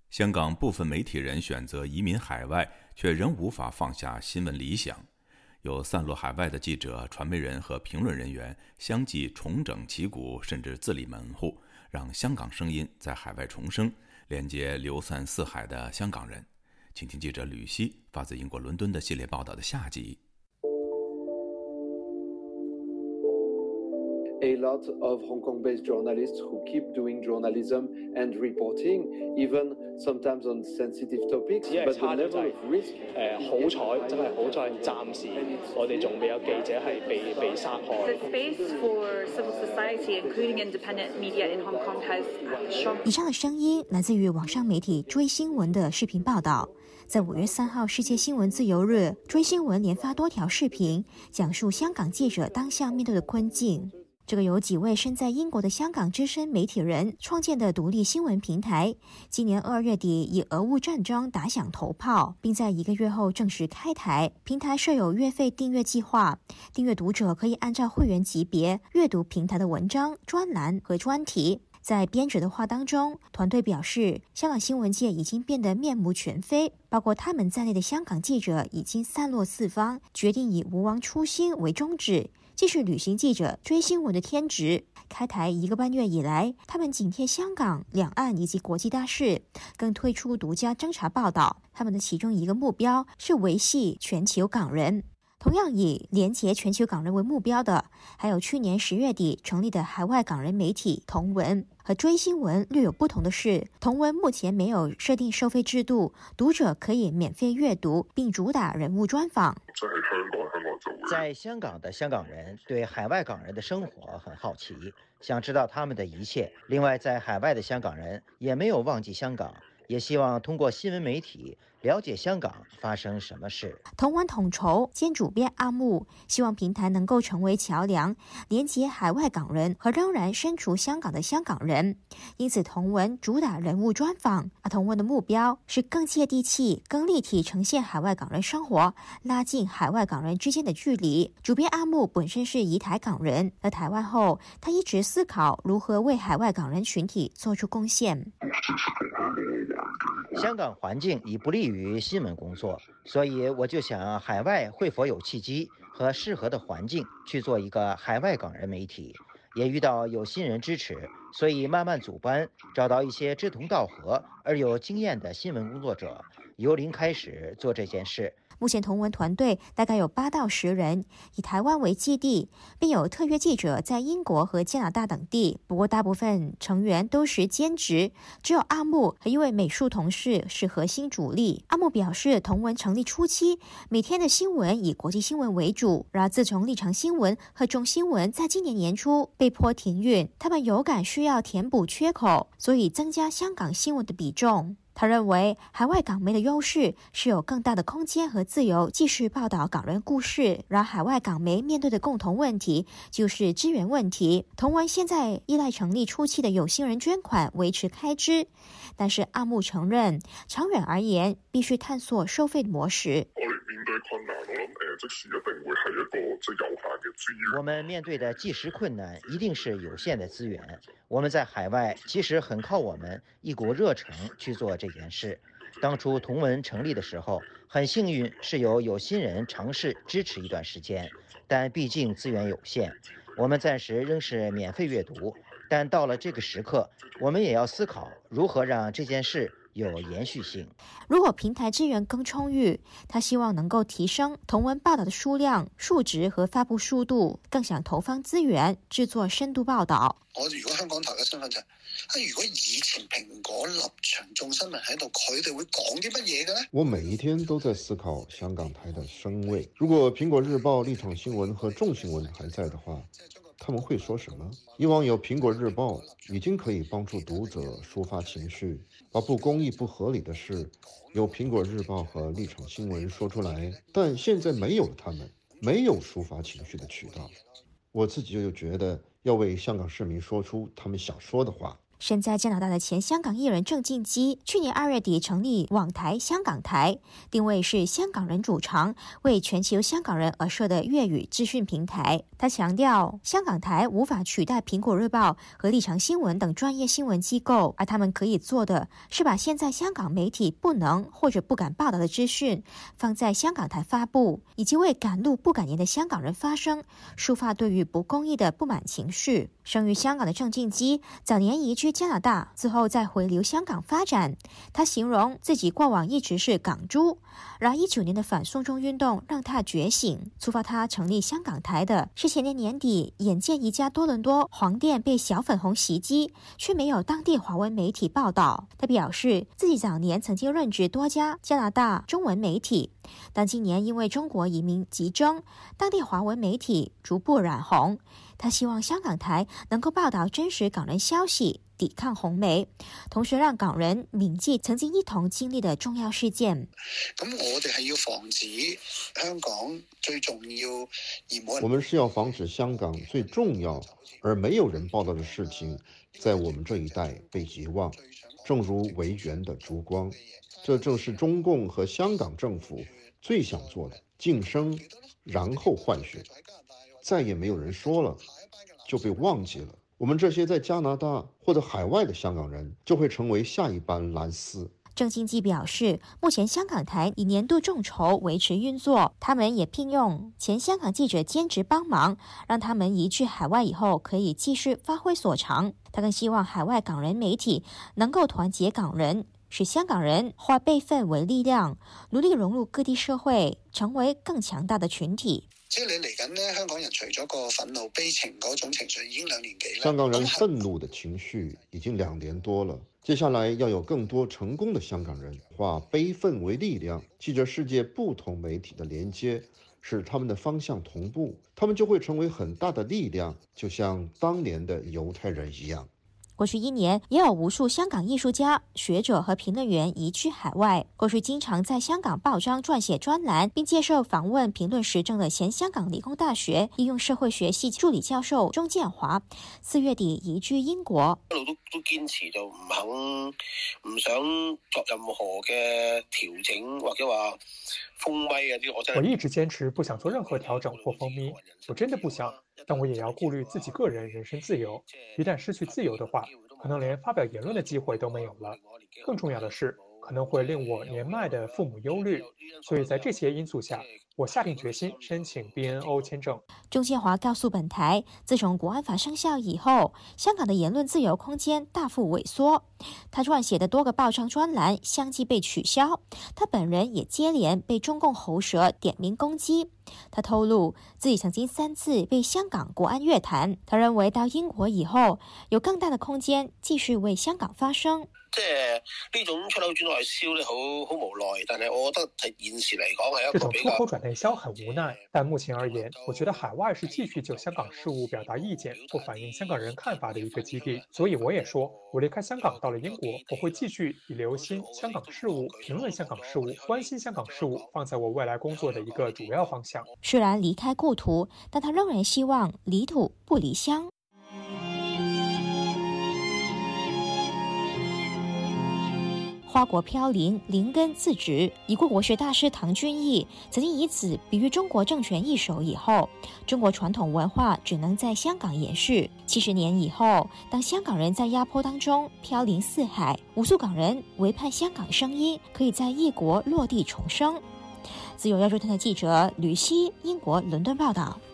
香港部分媒体人选择移民海外，却仍无法放下新闻理想。有散落海外的记者、传媒人和评论人员相继重整旗鼓，甚至自立门户，让香港声音在海外重生，连接流散四海的香港人。请听记者吕希发自英国伦敦的系列报道的下集。 A lot of Hong Kong-based journalists who keep doing journalism and reporting, even sometimes on sensitive topics, but the level of risk. 好彩，真係好彩，暫時我哋仲未有記者係被殺害。 The space for civil society, including independent media in Hong Kong, has shrunk. 以上的声音来自于网上媒体追新闻的视频报道。在5月3号世界新闻自由日，追新闻连发多条视频，讲述香港记者当下面对的困境。这个由几位身在英国的香港资深媒体人创建的独立新闻平台，今年2月底以俄乌战争打响头炮，并在1个月后正式开台。平台设有月费订阅计划，订阅读者可以按照会员级别阅读平台的文章、专栏和专题。在编者的话当中，团队表示，香港新闻界已经变得面目全非，包括他们在内的香港记者已经散落四方，决定以无忘初心为宗旨，继续履行记者追新闻的天职。开台1个半月以来，他们紧贴香港、两岸以及国际大事，更推出独家侦查报道。他们的其中一个目标是维系全球港人。同样以连结全球港人为目标的，还有去年10月底成立的海外港人媒体同文。和追新闻略有不同的是，同文目前没有设定收费制度，读者可以免费阅读，并主打人物专访。 在香港的香港人对海外港人的生活很好奇，想知道他们的一切。另外，在海外的香港人也没有忘记香港，也希望通过新闻媒体了解香港发生什么事。 同文统筹兼主编阿木希望平台能够成为桥梁，连接海外港人和仍然身处香港的香港人。因此同文主打人物专访，而同文的目标是更接地气、更立体呈现海外港人生活，拉近海外港人之间的距离。主编阿木本身是移台港人，而台湾后他一直思考如何为海外港人群体做出贡献。 香港环境已不利于新闻工作，所以我就想海外会否有契机和适合的环境去做一个海外港人媒体。也遇到有新人支持，所以慢慢组班，找到一些志同道合而有经验的新闻工作者，由零开始做这件事。 目前同文团队大概有8到10人，以台湾为基地，并有特约记者在英国和加拿大等地。不过大部分成员都是兼职，只有阿木和一位美术同事是核心主力。阿木表示，同文成立初期，每天的新闻以国际新闻为主，然而自从立场新闻和中新闻在今年年初被迫停运，他们有感需要填补缺口，所以增加香港新闻的比重。他认为海外港媒的优势是有更大的空间和自由继续报道港人故事，然而海外港媒面对的共同问题就是资源问题。同文现在依赖成立初期的有心人捐款维持开支，但是阿木承认长远而言必须探索收费的模式。 我们面对的即时困难一定是有限的资源。我们在海外其实很靠我们一股热诚去做这件事。当初同文成立的时候，很幸运是有心人尝试支持一段时间，但毕竟资源有限，我们暂时仍是免费阅读。但到了这个时刻，我们也要思考如何让这件事有延续性。 如果平台资源更充裕，他希望能够提升同文报道的数量、数值和发布速度，更想投放资源制作深度报道。 我如果香港台嘅身份就係，如果以前蘋果、立場、眾新聞喺度，佢哋會講啲乜嘢嘅呢？ 我每一天都在思考香港台的聲位。如果蘋果日報、立場新聞和眾新聞還在的話，他們會說什麼？以往有蘋果日報已經可以幫助讀者抒發情緒，把不公義、不合理的事由蘋果日報和立場新聞說出來，但現在沒有了他們，沒有抒發情緒的渠道。我自己就覺得要為香港市民說出他們想說的話。 身在加拿大的前香港艺人郑敬基，去年2月底成立网台香港台，定位是香港人主长，为全球香港人而设的粤语资讯平台。他强调，香港台无法取代苹果日报和立场新闻等专业新闻机构，而他们可以做的是把现在香港媒体不能或者不敢报道的资讯放在香港台发布，以及为赶路不敢言的香港人发声，抒发对于不公义的不满情绪。生于香港的郑敬基早年移居加拿大，之后再回流香港发展。他形容自己过往一直是港猪，然而19年的反送中运动让他觉醒，触发他成立香港台的是前年年底眼见一家多伦多黄店被小粉红袭击，却没有当地华文媒体报道。他表示自己早年曾经任职多家加拿大中文媒体，但今年因为中国移民急增，当地华文媒体逐步染红。他希望香港台能够报道真实港人消息，抵抗红媒，同時讓港人銘記曾經一同經歷的重要事件。 咁我哋係要防止香港最重要而冇人。 我們是要防止香港最重要而沒有人報道的事情在我們這一代被遺忘，正如維園的燭光。這正是中共和香港政府最想做的，晉升然後換血，再也沒有人說了，就被忘記了。我們這些在加拿大或者海外的香港人就會成為下一班藍絲。 鄭敬基表示，目前香港台以年度眾籌維持運作，他們也聘用前香港記者兼職幫忙，讓他們移居海外以後可以繼續發揮所長。他更希望海外港人媒體能夠團結港人，使香港人化悲憤為力量，努力融入各地社會，成為更強大的群體。 即係你嚟緊呢，香港人除咗個憤怒悲情嗰種情緒已經2年幾啦。 香港人憤怒的情緒已經2年多了，接下來要有更多成功的香港人化悲憤為力量，記着世界不同媒體的連接，使他們的方向同步，他們就會成為很大的力量，就像當年的猶太人一樣。 過去1年，也有無數香港藝術家、學者和評論員移居海外。過去經常在香港報章撰寫專欄，並接受訪問評論時政的前香港理工大學應用社會學系助理教授鍾建華，4月底移居英國。 一路都堅持就唔想作任何嘅調整或者話封咪啊啲， 我一直堅持不想做任何調整或封咪，我真的不想。但我也要顧慮自己個人人身自由，一旦失去自由的話，可能連發表言論的機會都沒有了。更重要的是，可能會令我年邁的父母憂慮。所以在這些因素下，我下定決心申請 BNO 簽證。 鍾建華告訴本台，自從國安法生效以後，香港的言論自由空間大幅萎縮。他撰寫的多個報章專欄相繼被取消，他本人也接連被中共喉舌點名攻擊。他透露自己曾經3次被香港國安約談，他認為到英國以後有更大的空間繼續為香港發聲。 即係呢種出口轉內銷咧，好無奈。但係我覺得喺現時嚟講係一個比較。 這種出口轉內銷很無奈，但目前而言，我覺得海外是繼續就香港事務表達意見或反映香港人看法的一個基地。所以我也說，我離開香港到了英國，我會繼續以留心香港事務、評論香港事務、關心香港事務放在我未來工作的一個主要方向。 雖然離開故土，但他仍然希望離土不離鄉。花國飄零，靈根自植。已故國學大師唐君毅曾經以此比喻中國政權易手以後，中國傳統文化只能在香港延續。70年以後，當香港人在壓迫當中飄零四海，無數港人唯盼香港聲音可以在異國落地重生。自由亞洲電台記者呂希，英國倫敦報道。